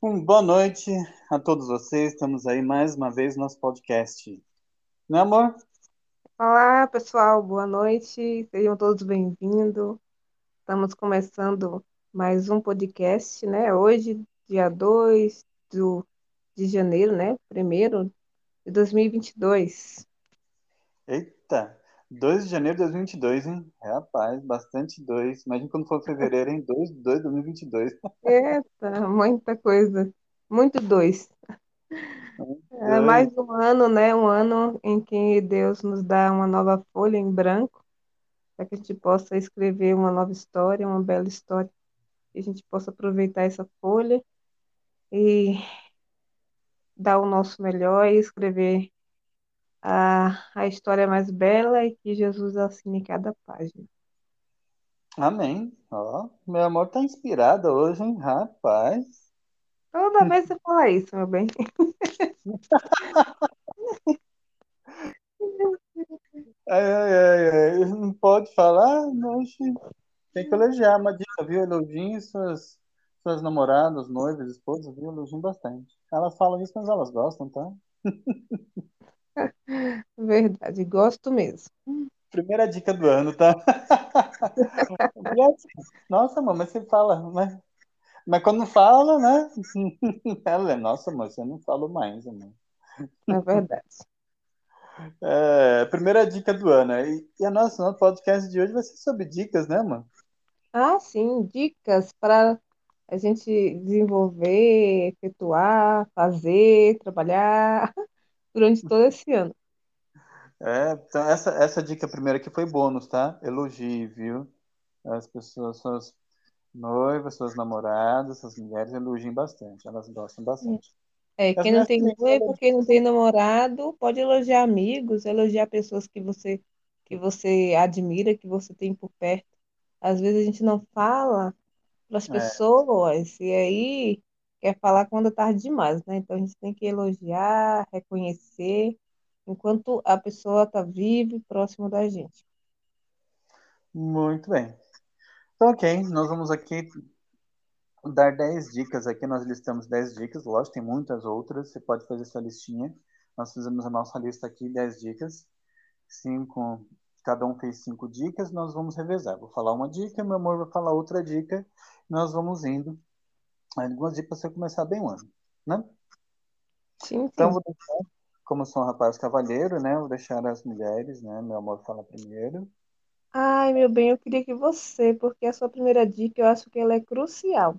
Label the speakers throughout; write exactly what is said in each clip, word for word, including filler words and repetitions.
Speaker 1: Um boa noite a todos vocês. Estamos aí mais uma vez no nosso podcast. Né, amor?
Speaker 2: Olá, pessoal, boa noite, sejam todos bem-vindos. Estamos começando mais um podcast, né? Hoje, dia dois do, de janeiro, né? Primeiro de dois mil e vinte e dois.
Speaker 1: Eita, dois de janeiro de dois mil e vinte e dois, hein? Rapaz, bastante dois. Imagina quando for fevereiro, hein? dois de dois de dois mil e vinte e dois.
Speaker 2: Eita, muita coisa, muito dois. É
Speaker 1: Dois.
Speaker 2: mais um ano, né? Um ano em que Deus nos dá uma nova folha em branco, para que a gente possa escrever uma nova história, uma bela história, que a gente possa aproveitar essa folha e dar o nosso melhor e escrever a, a história mais bela e que Jesus assine cada página.
Speaker 1: Amém. Ó, meu amor tá inspirado hoje, hein? Rapaz.
Speaker 2: Toda vez você fala isso, meu bem.
Speaker 1: Ai, ai, ai, ai. Não pode falar? Oxe, tem que elogiar. Uma dica, viu? Elogiem suas, suas namoradas, noivas, esposas, viu? Elogiem bastante. Elas falam isso, mas elas gostam, tá?
Speaker 2: Verdade, gosto mesmo.
Speaker 1: Primeira dica do ano, tá? E assim, nossa, mãe, mas você fala, né? Mas quando fala, né? Ela é, nossa, mãe, você não falou mais, amor.
Speaker 2: É verdade.
Speaker 1: É, primeira dica do ano. E, e a nossa, nosso podcast de hoje vai ser sobre dicas, né, mano?
Speaker 2: Ah, sim, dicas para a gente desenvolver, efetuar, fazer, trabalhar durante todo esse ano.
Speaker 1: É, então essa, essa dica primeira aqui foi bônus, tá? Elogie, viu? As pessoas, suas noivas, suas namoradas, suas mulheres elogiem bastante. Elas gostam bastante.
Speaker 2: É,
Speaker 1: E as
Speaker 2: quem não
Speaker 1: mulheres
Speaker 2: tem
Speaker 1: também.
Speaker 2: noivo, quem não tem namorado, pode elogiar amigos, elogiar pessoas que você que você admira, que você tem por perto. Às vezes a gente não fala para as
Speaker 1: É,
Speaker 2: pessoas e aí quer falar quando é tarde demais, né? Então a gente tem que elogiar, reconhecer enquanto a pessoa está viva e próxima da gente.
Speaker 1: muito bem. Então, ok, nós vamos aqui dar dez dicas aqui. Nós listamos dez dicas, lógico, tem muitas outras. Você pode fazer sua listinha. Nós fizemos a nossa lista aqui, dez dicas. Cinco, cada um fez cinco dicas, nós vamos revezar. Vou falar uma dica, meu amor vai falar outra dica. Nós vamos indo. Algumas dicas para você começar bem o ano, né?
Speaker 2: Sim,
Speaker 1: Então,
Speaker 2: sim.
Speaker 1: vou deixar, como eu sou um rapaz cavalheiro, né? Vou deixar as mulheres, né? Meu amor fala primeiro.
Speaker 2: Ai, meu bem, eu queria que você, porque a sua primeira dica eu acho que ela é crucial.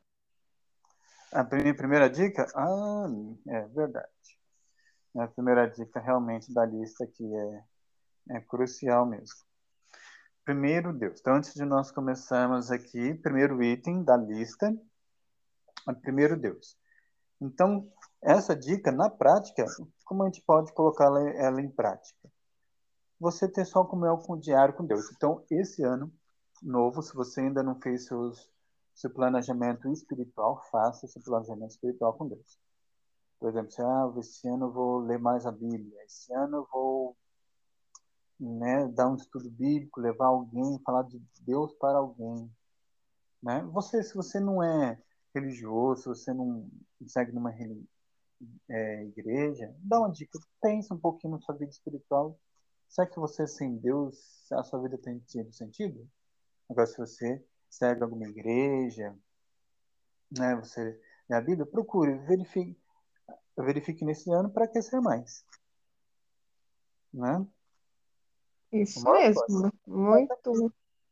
Speaker 1: A minha primeira dica? Ah, é verdade. A primeira dica realmente da lista que é, é crucial mesmo. Primeiro Deus. Então, antes de nós começarmos aqui, primeiro item da lista, é primeiro Deus. Então, essa dica, na prática, como a gente pode colocá-la ela em prática? Você ter só como é o diário com Deus. Então, esse ano novo, se você ainda não fez seus, seu planejamento espiritual, faça esse planejamento espiritual com Deus. Por exemplo, se, ah, esse ano eu vou ler mais a Bíblia, esse ano eu vou, né, dar um estudo bíblico, levar alguém, falar de Deus para alguém, né? Você, se você não é religioso, se você não segue numa é, igreja, dá uma dica, pensa um pouquinho na sua vida espiritual. Será que você sem Deus, a sua vida tem tido sentido? Agora, se você segue alguma igreja, né, você lê a Bíblia, procure, verifique, verifique nesse ano para aquecer mais, né?
Speaker 2: Isso
Speaker 1: Uma resposta.
Speaker 2: mesmo. Muito,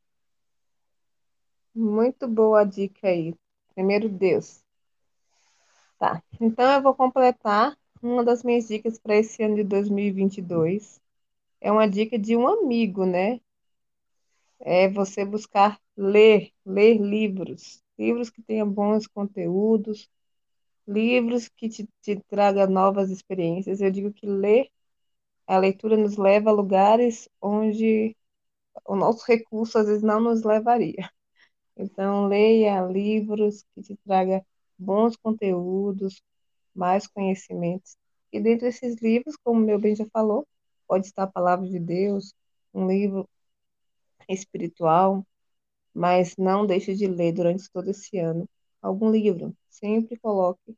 Speaker 2: muito boa a dica aí. Primeiro Deus. Tá. Então eu vou completar uma das minhas dicas para esse ano de dois mil e vinte e dois. É uma dica de um amigo, né? É você buscar ler, ler livros, livros que tenham bons conteúdos, livros que te, te tragam novas experiências. Eu digo que ler, a leitura nos leva a lugares onde o nosso recurso às vezes não nos levaria. Então, leia livros que te tragam bons conteúdos, mais conhecimentos. E dentre esses livros, como meu bem já falou, pode estar a Palavra de Deus, um livro espiritual, mas não deixe de ler durante todo esse ano algum livro. Sempre coloque.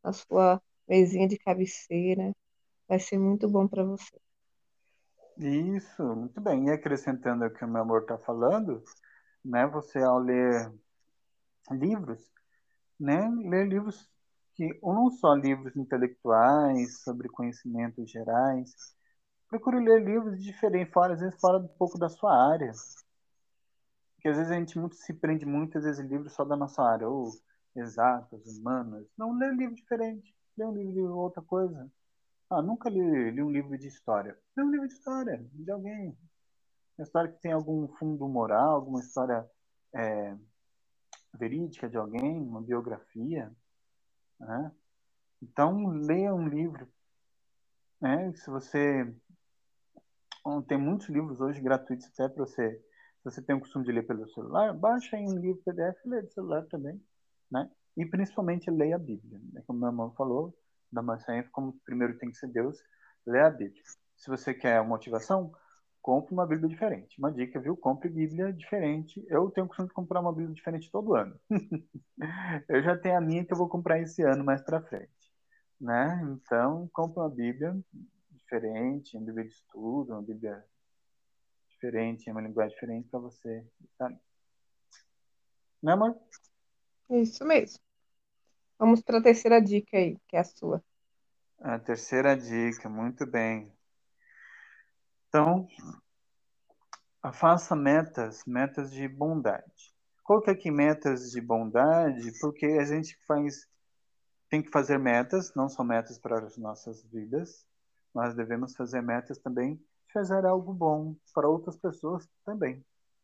Speaker 2: na sua mesinha de cabeceira. Vai ser muito bom para você.
Speaker 1: Isso, muito bem. E acrescentando o que o meu amor está falando, né? Você ao ler livros, né? Ler livros que, ou não só livros intelectuais sobre conhecimentos gerais, procure ler livros diferentes, fora, às vezes fora um pouco da sua área. Porque às vezes a gente muito se prende muito, às vezes, em livros só da nossa área, ou exatas, humanas. Não, lê um livro diferente, lê um livro de outra coisa. Ah, nunca li, li um livro de história. Lê um livro de história, de alguém. Uma história que tem algum fundo moral, alguma história é, verídica de alguém, uma biografia, né? Então, leia um livro, né? Se você tem muitos livros hoje gratuitos até para você, se você tem o costume de ler pelo celular, baixa aí um livro P D F e lê do celular também, né? E principalmente leia a Bíblia, né? Como meu irmão falou, da maçã, como primeiro tem que ser Deus, leia a Bíblia. Se você quer motivação, compre uma Bíblia diferente. Uma dica, viu? Compre Bíblia diferente. Eu tenho o costume de comprar uma Bíblia diferente todo ano. Eu já tenho a minha que eu vou comprar esse ano mais para frente, né? Então, compre uma Bíblia diferente, uma Bíblia de estudo, uma Bíblia diferente, uma linguagem diferente para você, sabe? Né, amor?
Speaker 2: Isso mesmo. Vamos para a terceira dica aí, que é a sua.
Speaker 1: A terceira dica, muito bem. Então, faça metas, metas de bondade. Coloque aqui metas de bondade, porque a gente faz, tem que fazer metas, não só metas para as nossas vidas, nós devemos fazer metas também de fazer algo bom para outras pessoas também,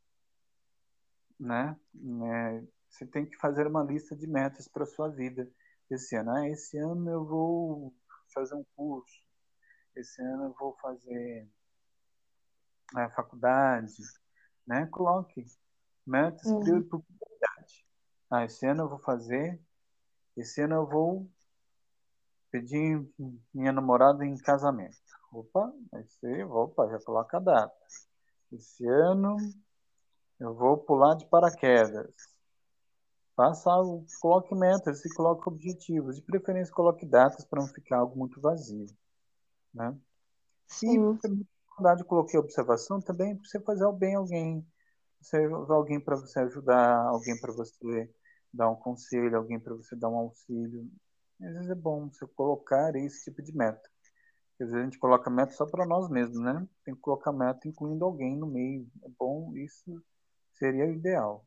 Speaker 1: né? É, você tem que fazer uma lista de metas para a sua vida esse ano. Ah, esse ano eu vou fazer um curso, esse ano eu vou fazer a faculdade, né? Coloque metas
Speaker 2: Hum,
Speaker 1: por prioridade. Ah, esse ano eu vou fazer, esse ano eu vou pedir minha namorada em casamento. Opa, esse, opa, já coloca a data. Esse ano eu vou pular de paraquedas. Faça algo, coloque metas e coloque objetivos. De preferência, coloque datas para não ficar algo muito vazio, né? E,
Speaker 2: sim,
Speaker 1: na verdade, coloquei observação também para você fazer o bem a alguém. Você, alguém para você ajudar, alguém para você dar um conselho, alguém para você dar um auxílio. Às vezes é bom você colocar esse tipo de meta. Às vezes a gente coloca meta só para nós mesmos, né? Tem que colocar meta incluindo alguém no meio. É bom, isso seria o ideal,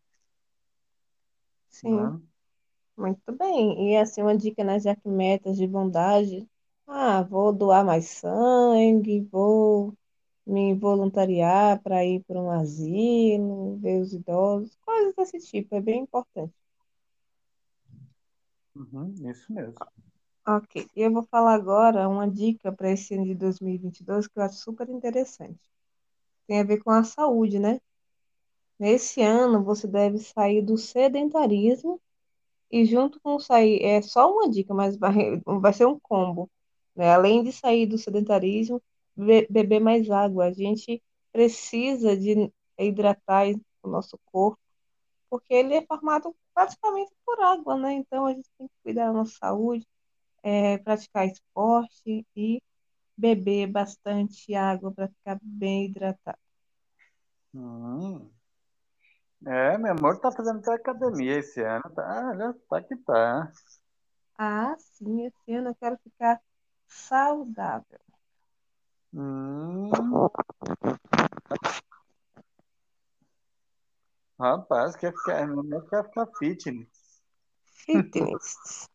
Speaker 2: sim.
Speaker 1: né?
Speaker 2: Muito bem. E assim, uma dica, né, já que metas de bondade. Ah, vou doar mais sangue, vou me voluntariar para ir para um asilo, ver os idosos, coisas desse tipo, é bem importante.
Speaker 1: Uhum, isso mesmo.
Speaker 2: Ok, e eu vou falar agora uma dica para esse ano de dois mil e vinte e dois que eu acho super interessante. Tem a ver com a saúde, né? Nesse ano, você deve sair do sedentarismo e junto com sair, é só uma dica, mas vai, vai ser um combo, né? Além de sair do sedentarismo, be- beber mais água. A gente precisa de hidratar o nosso corpo, porque ele é formado praticamente por água, né? Então a gente tem que cuidar da nossa saúde, é, praticar esporte e beber bastante água para ficar bem hidratado.
Speaker 1: Hum. É, meu amor tá fazendo até academia esse ano. Tá, já tá que tá.
Speaker 2: Ah, sim, esse ano eu quero ficar saudável.
Speaker 1: Hum, rapaz, quer ficar, meu amor quer ficar fitness.
Speaker 2: Fitness.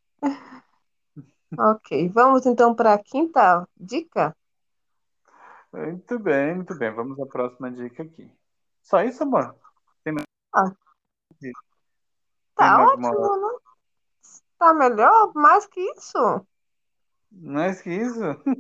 Speaker 2: Ok, vamos então para a quinta dica?
Speaker 1: Muito bem, muito bem. Vamos à próxima dica aqui. Só isso, amor? Tem mais,
Speaker 2: Ah,
Speaker 1: tem
Speaker 2: tá
Speaker 1: alguma
Speaker 2: ótimo, né? Tá melhor, mais que isso.
Speaker 1: mais que isso?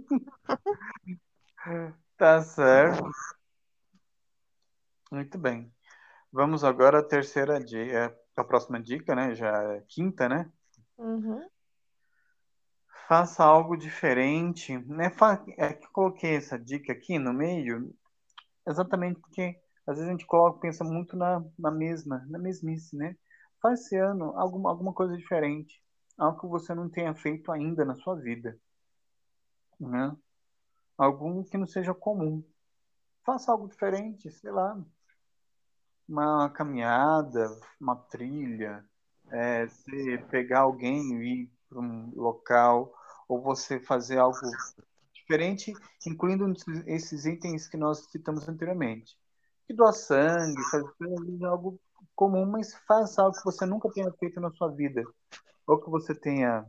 Speaker 1: Tá certo. Muito bem. Vamos agora à terceira dica, a próxima dica, né? Já é quinta, né?
Speaker 2: Uhum,
Speaker 1: Faça algo diferente, né? Fa- É que eu coloquei essa dica aqui no meio, exatamente porque às vezes a gente coloca, pensa muito na, na mesma, na mesmice, né? Faz esse ano alguma, alguma coisa diferente. algo que você não tenha feito ainda na sua vida, né? Algo que não seja comum. Faça algo diferente, sei lá, uma caminhada, uma trilha, é, você pegar alguém e ir para um local, ou você fazer algo diferente, incluindo esses itens que nós citamos anteriormente. Que doar sangue, fazer algo comum, mas faça algo que você nunca tenha feito na sua vida, ou que você tenha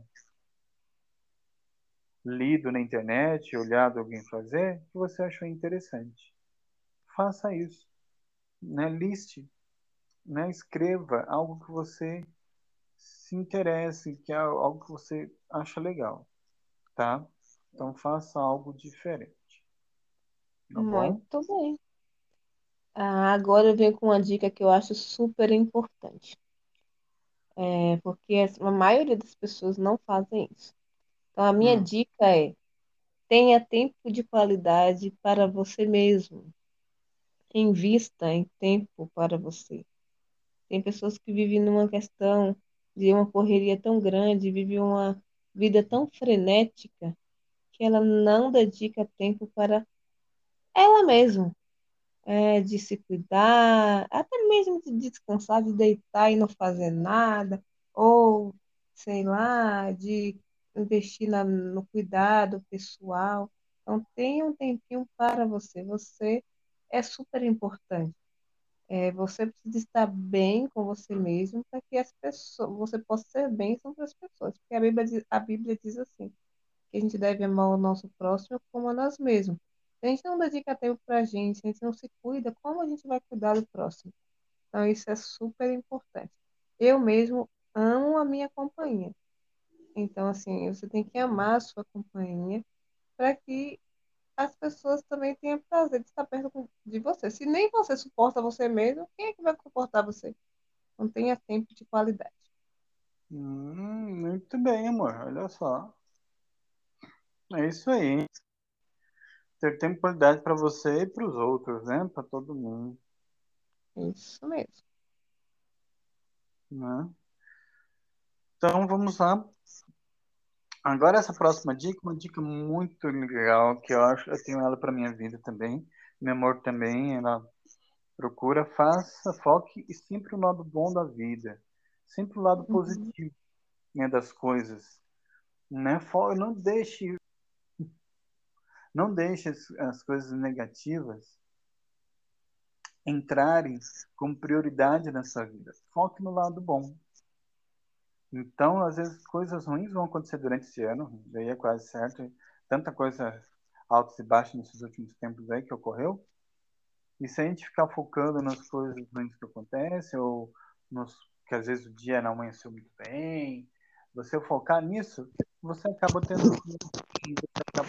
Speaker 1: lido na internet, olhado alguém fazer, que você achou interessante. Faça isso, né? Liste, né? Escreva algo que você se interesse, que é algo que você acha legal, tá? Então faça algo diferente, tá bom?
Speaker 2: Muito bem. Ah, agora eu venho com uma dica que eu acho super importante. É porque a maioria das pessoas não fazem isso. Então, a minha
Speaker 1: Hum,
Speaker 2: dica é: tenha tempo de qualidade para você mesmo. Invista em tempo para você. Tem pessoas que vivem numa questão de uma correria tão grande, vivem uma vida tão frenética, que ela não dedica tempo para ela mesma, é, de se cuidar, até mesmo de descansar, de deitar e não fazer nada, ou, sei lá, de investir na, no cuidado pessoal. Então, tenha um tempinho para você. Você é super importante. É, você precisa estar bem com você mesmo para que as pessoas, você possa ser bênção para as pessoas. Porque a Bíblia, diz- a Bíblia diz assim, que a gente deve amar o nosso próximo como a nós mesmos. Se a gente não dedica tempo para a gente, se a gente não se cuida, como a gente vai cuidar do próximo? Então, isso é super importante. Eu mesmo amo a minha companhia. Então, assim, você tem que amar a sua companhia para que as pessoas também tenham prazer de estar perto com- de você. Se nem você suporta você mesmo, quem é que vai suportar você? Não tenha tempo de qualidade.
Speaker 1: hum, muito bem, amor. Olha só. É isso aí. Ter tempo de qualidade para você e para os outros, né? Para todo mundo,
Speaker 2: Isso mesmo.
Speaker 1: né? Então vamos lá. Agora essa próxima dica, uma dica muito legal que eu acho, eu tenho ela para minha vida também. Meu amor também, ela procura, faça, foque e sempre o lado bom da vida, sempre o lado
Speaker 2: Uhum.
Speaker 1: positivo, né, das coisas, né? Fo- Não deixe, não deixe as, as coisas negativas entrarem como prioridade na sua vida. Foque no lado bom. Então, às vezes, coisas ruins vão acontecer durante esse ano, daí é quase certo. Tanta coisa altos e baixos nesses últimos tempos aí que ocorreu. E se a gente ficar focando nas coisas ruins que acontecem, ou nos, que às vezes o dia não amanheceu muito bem, você focar nisso, você acaba tendo um dia ruim, você acaba,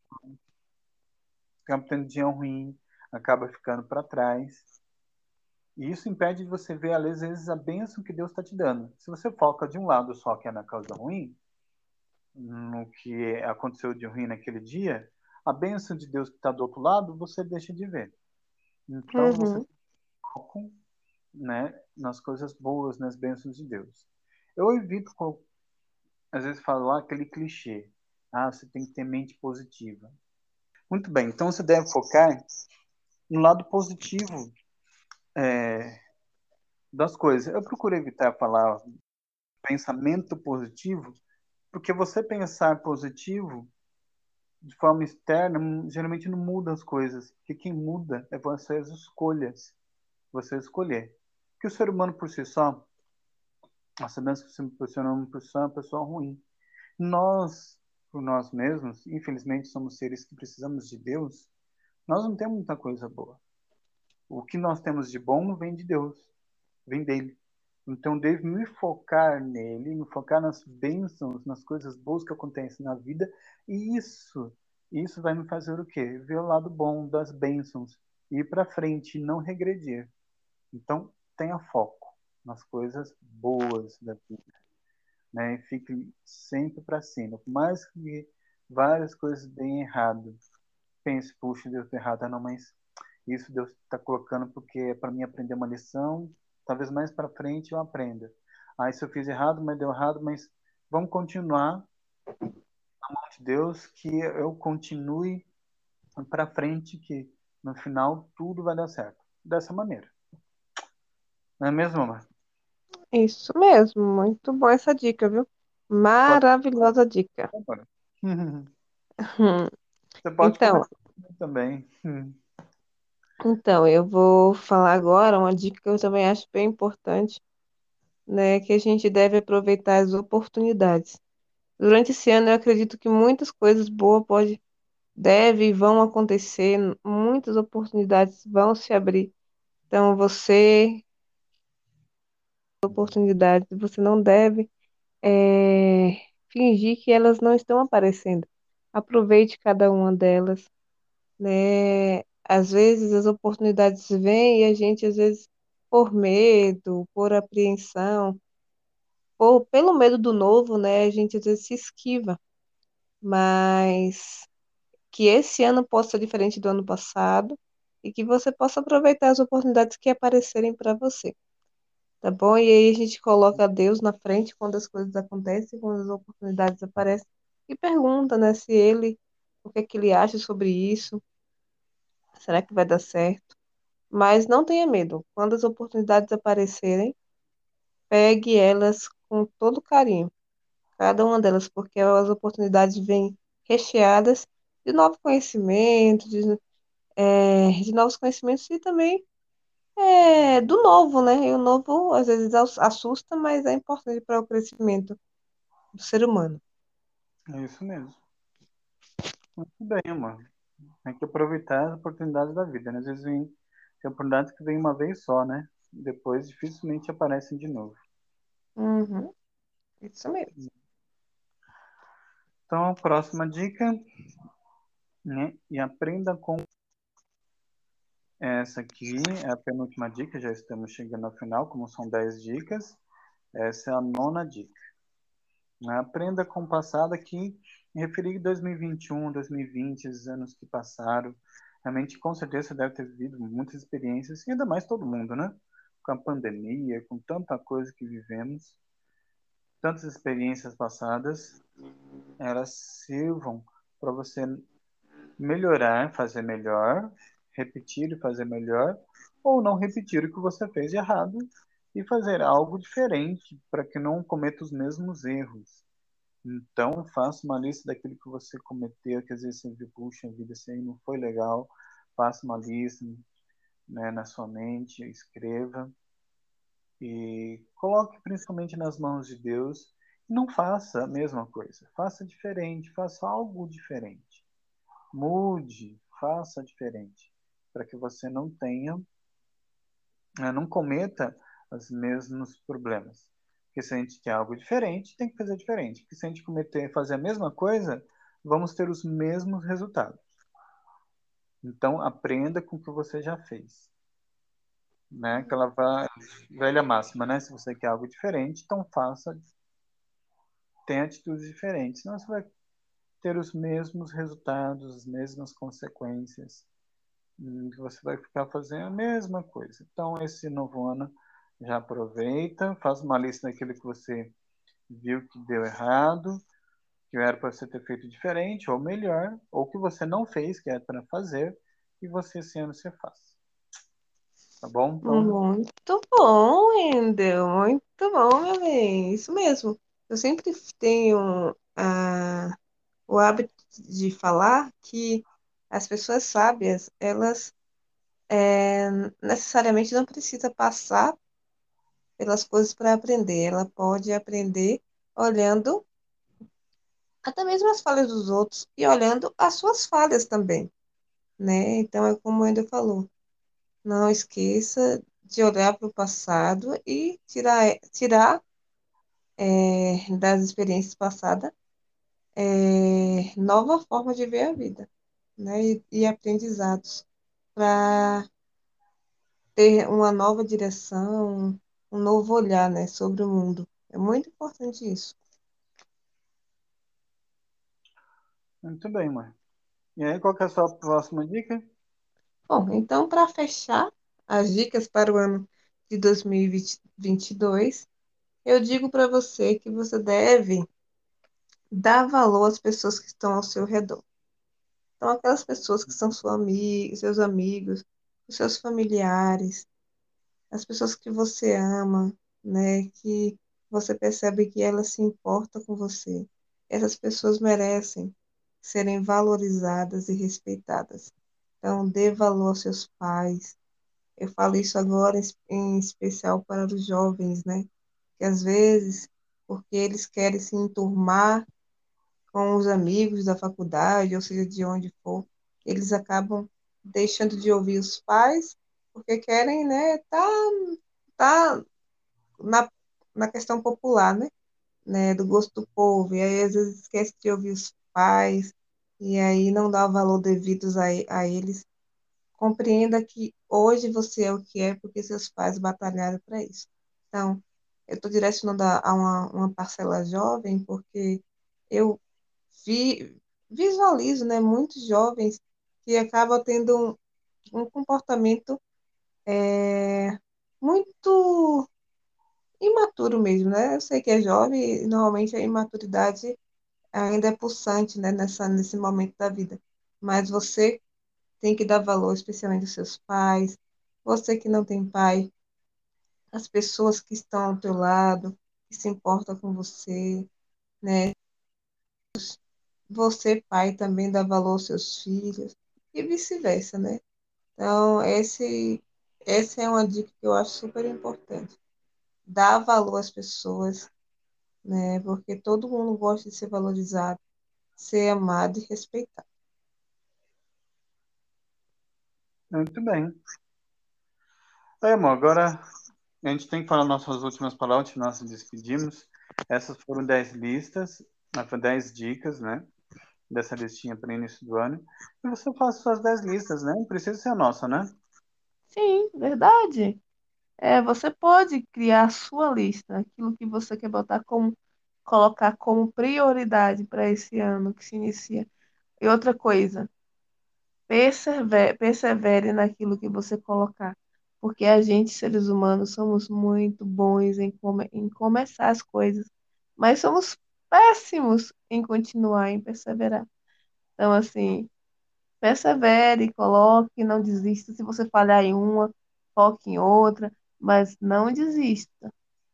Speaker 1: acaba tendo dia ruim, acaba ficando para trás. E isso impede de você ver, às vezes, a bênção que Deus está te dando. Se você foca de um lado só, que é na causa ruim, no que aconteceu de ruim naquele dia, a bênção de Deus que está do outro lado, você deixa de ver. Então, você
Speaker 2: Uhum.
Speaker 1: foca, né, nas coisas boas, nas bênçãos de Deus. Eu evito, às vezes, falar aquele clichê. Ah, você tem que ter mente positiva. Muito bem, então você deve focar no lado positivo é, das coisas. Eu procuro evitar falar pensamento positivo, porque você pensar positivo de forma externa, geralmente não muda as coisas. Porque quem muda é você as escolhas. Você escolher. Porque o ser humano por si só, nós sabemos que o ser humano por si só é uma pessoa ruim. Nós, por nós mesmos, infelizmente somos seres que precisamos de Deus, nós não temos muita coisa boa. O que nós temos de bom vem de Deus, vem dele. Então, devo me focar nele, me focar nas bênçãos, nas coisas boas que acontecem na vida, e isso, isso vai me fazer o quê? Ver o lado bom das bênçãos, ir para frente, não regredir. Então, tenha foco nas coisas boas da vida, né? E fique sempre para cima. Por mais que várias coisas deem errado, pense, puxa, Deus, deu errado, ah, não, mas isso Deus está colocando porque é para mim aprender uma lição, talvez mais para frente eu aprenda. Aí se eu fiz errado, mas deu errado, mas vamos continuar na mão de Deus, que eu continue para frente, que no final tudo vai dar certo. Dessa maneira. Não é mesmo, Amar?
Speaker 2: Isso mesmo, muito boa essa dica, viu?
Speaker 1: Pode
Speaker 2: Maravilhosa dica.
Speaker 1: agora.
Speaker 2: Hum,
Speaker 1: Você pode
Speaker 2: Então,
Speaker 1: começar também. Hum.
Speaker 2: então, eu vou falar agora uma dica que eu também acho bem importante, né? Que a gente deve aproveitar as oportunidades. Durante esse ano, eu acredito que muitas coisas boas pode, devem e vão acontecer, muitas oportunidades vão se abrir. Então, você, oportunidades, você não deve é, fingir que elas não estão aparecendo. Aproveite cada uma delas, né? Às vezes as oportunidades vêm e a gente, às vezes, por medo, por apreensão, ou pelo medo do novo, né? A gente às vezes se esquiva. Mas que esse ano possa ser diferente do ano passado e que você possa aproveitar as oportunidades que aparecerem para você, tá bom? E aí a gente coloca Deus na frente quando as coisas acontecem, quando as oportunidades aparecem e pergunta, né, se ele, o que é que ele acha sobre isso, será que vai dar certo? Mas não tenha medo, quando as oportunidades aparecerem, pegue elas com todo carinho, cada uma delas, porque as oportunidades vêm recheadas de novo conhecimento, de é, de novos conhecimentos e também é, do novo, né? E o novo às vezes ass- assusta, mas é importante para o crescimento do ser humano.
Speaker 1: É isso mesmo. Muito bem, amor. Tem que aproveitar as oportunidades da vida, né? Às vezes vem, tem oportunidades que vêm uma vez só, né? Depois dificilmente aparecem de novo.
Speaker 2: Uhum, isso mesmo.
Speaker 1: Então, a próxima dica, né? E aprenda com essa aqui, é a penúltima dica, já estamos chegando ao final, como são dez dicas. Essa é a nona dica. Né? Aprenda com o passado aqui, me referi a dois mil e vinte e um, dois mil e vinte, esses anos que passaram. Realmente, com certeza, você deve ter vivido muitas experiências, e ainda mais todo mundo, né? Com a pandemia, com tanta coisa que vivemos, tantas experiências passadas, elas sirvam para você melhorar, fazer melhor, repetir e fazer melhor, ou não repetir o que você fez de errado e fazer algo diferente para que não cometa os mesmos erros. Então, faça uma lista daquilo que você cometeu, que às vezes você viu, puxa vida, isso aí não foi legal. Faça uma lista, né, na sua mente, escreva e coloque principalmente nas mãos de Deus. E não faça a mesma coisa, faça diferente, faça algo diferente. Mude, faça diferente, para que você não tenha, né, não cometa os mesmos problemas. Porque se a gente quer algo diferente, tem que fazer diferente. Porque se a gente cometer fazer a mesma coisa, vamos ter os mesmos resultados. Então, aprenda com o que você já fez. Né? Aquela velha máxima, né? Se você quer algo diferente, então faça, tenha atitudes diferentes. Senão você vai ter os mesmos resultados, as mesmas consequências. Hum, que você vai ficar fazendo a mesma coisa. Então, esse novo ano, já aproveita, faz uma lista daquilo que você viu que deu errado, que era para você ter feito diferente, ou melhor, ou que você não fez, que é para fazer, e você esse ano você faz. Tá bom? Então,
Speaker 2: Muito bom, Wendel. Muito bom, meu bem. Isso mesmo. Eu sempre tenho ah, o hábito de falar que as pessoas sábias, elas eh, necessariamente não precisam passar pelas coisas para aprender. Ela pode aprender olhando até mesmo as falhas dos outros e olhando as suas falhas também, né? Então é como ainda falou, não esqueça de olhar para o passado e tirar, tirar é, das experiências passadas é, nova forma de ver a vida, né? E, e aprendizados para ter uma nova direção, um novo olhar, né, sobre o mundo. É muito importante isso.
Speaker 1: muito bem, mãe. E aí, qual que é a sua próxima dica?
Speaker 2: Bom, então, para fechar as dicas para o ano de dois mil e vinte e dois, eu digo para você que você deve Dá valor às pessoas que estão ao seu redor. Então, aquelas pessoas que são sua ami seus amigos, os seus familiares, as pessoas que você ama, né? Que você percebe que elas se importam com você. Essas pessoas merecem serem valorizadas e respeitadas. Então, dê valor aos seus pais. Eu falo isso agora em em especial para os jovens, né? Que às vezes, porque eles querem se enturmar com os amigos da faculdade, ou seja, de onde for, eles acabam deixando de ouvir os pais, porque querem, né, tá, tá na, na questão popular, né, né, do gosto do povo, e aí às vezes esquece de ouvir os pais, e aí não dá o valor devido a, a eles. Compreenda que hoje você é o que é porque seus pais batalharam para isso. Então, eu estou direcionando a a uma, uma parcela jovem porque eu vi, visualizo, né, muitos jovens que acabam tendo um, um comportamento é, muito imaturo mesmo, né? Eu sei que é jovem e normalmente a imaturidade ainda é pulsante, né, nessa, nesse momento da vida. Mas você tem que dar valor, especialmente aos seus pais, você que não tem pai, as pessoas que estão ao teu lado, que se importam com você, né? Você, pai, também dá valor aos seus filhos e vice-versa, né? Então, esse, essa é uma dica que eu acho super importante. Dar valor às pessoas, né? Porque todo mundo gosta de ser valorizado, ser amado e respeitado.
Speaker 1: Muito bem. É, amor, agora a gente tem que falar nossas últimas palavras, que nós nos despedimos. Essas foram dez listas, ah, foram dez dicas, né? Dessa listinha para início do ano. E você faz suas dez listas, né? Não precisa ser a nossa, né?
Speaker 2: Sim, verdade. É, você pode criar a sua lista, aquilo que você quer botar como, colocar como prioridade para esse ano que se inicia. E outra coisa, persevere, persevere naquilo que você colocar, porque a gente, seres humanos, somos muito bons em, come, em começar as coisas, mas somos péssimos em continuar, em perseverar. Então, assim, persevere, coloque, não desista. Se você falhar em uma, foque em outra, mas não desista.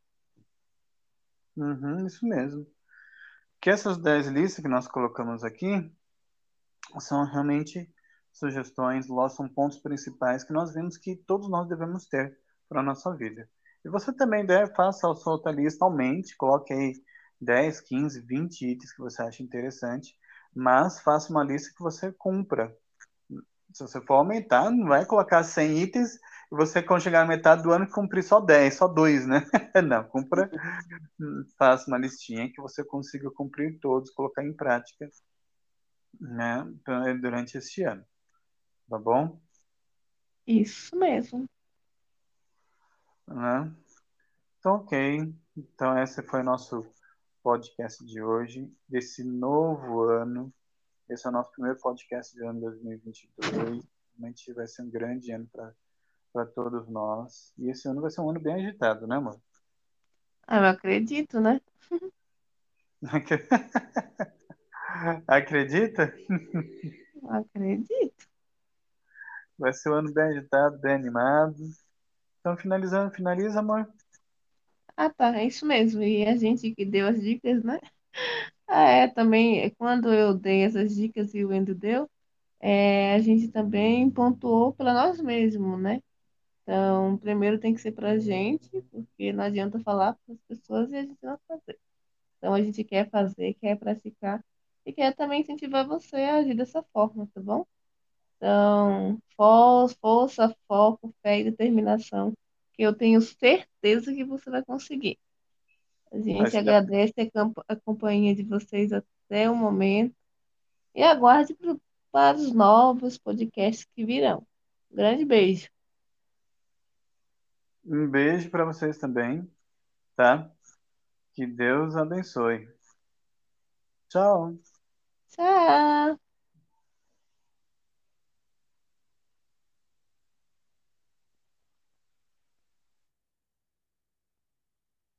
Speaker 1: Uhum, isso mesmo. Que essas dez listas que nós colocamos aqui são realmente sugestões, lá são pontos principais que nós vimos que todos nós devemos ter para a nossa vida. E você também deve, faça a sua outra lista, aumente, coloque aí dez, quinze, vinte itens que você acha interessante, mas faça uma lista que você cumpra. Se você for aumentar, não vai colocar cem itens e você, quando chegar na metade do ano, cumprir só dez, só dois, né? Não, cumpra, faça uma listinha que você consiga cumprir todos, colocar em prática, né, durante este ano. Tá bom?
Speaker 2: Isso mesmo.
Speaker 1: Né? Então, ok. Então, esse foi o nosso podcast de hoje, desse novo ano. Esse é o nosso primeiro podcast do ano dois mil e vinte e dois. Realmente vai ser um grande ano para todos nós. E esse ano vai ser um ano bem agitado, né, amor?
Speaker 2: Ah, eu acredito, né?
Speaker 1: Acredita?
Speaker 2: Acredito.
Speaker 1: Vai ser um ano bem agitado, bem animado. Então, finalizando, finaliza, amor.
Speaker 2: Ah, tá, é isso mesmo. E a gente que deu as dicas, né? Ah, é, também, é, quando eu dei essas dicas e o Wendel deu, é, a gente também pontuou para nós mesmos, né? Então, primeiro tem que ser para a gente, porque não adianta falar para as pessoas e a gente não fazer. Então, a gente quer fazer, quer praticar e quer também incentivar você a agir dessa forma, tá bom? Então, for- força, foco, fé e determinação, que eu tenho certeza que você vai conseguir. A gente
Speaker 1: Acho que a
Speaker 2: agradece a, camp- a companhia de vocês até o momento e aguarde pro- para os novos podcasts que virão. Grande beijo.
Speaker 1: um beijo para vocês também, tá? Que Deus abençoe. Tchau.
Speaker 2: Tchau!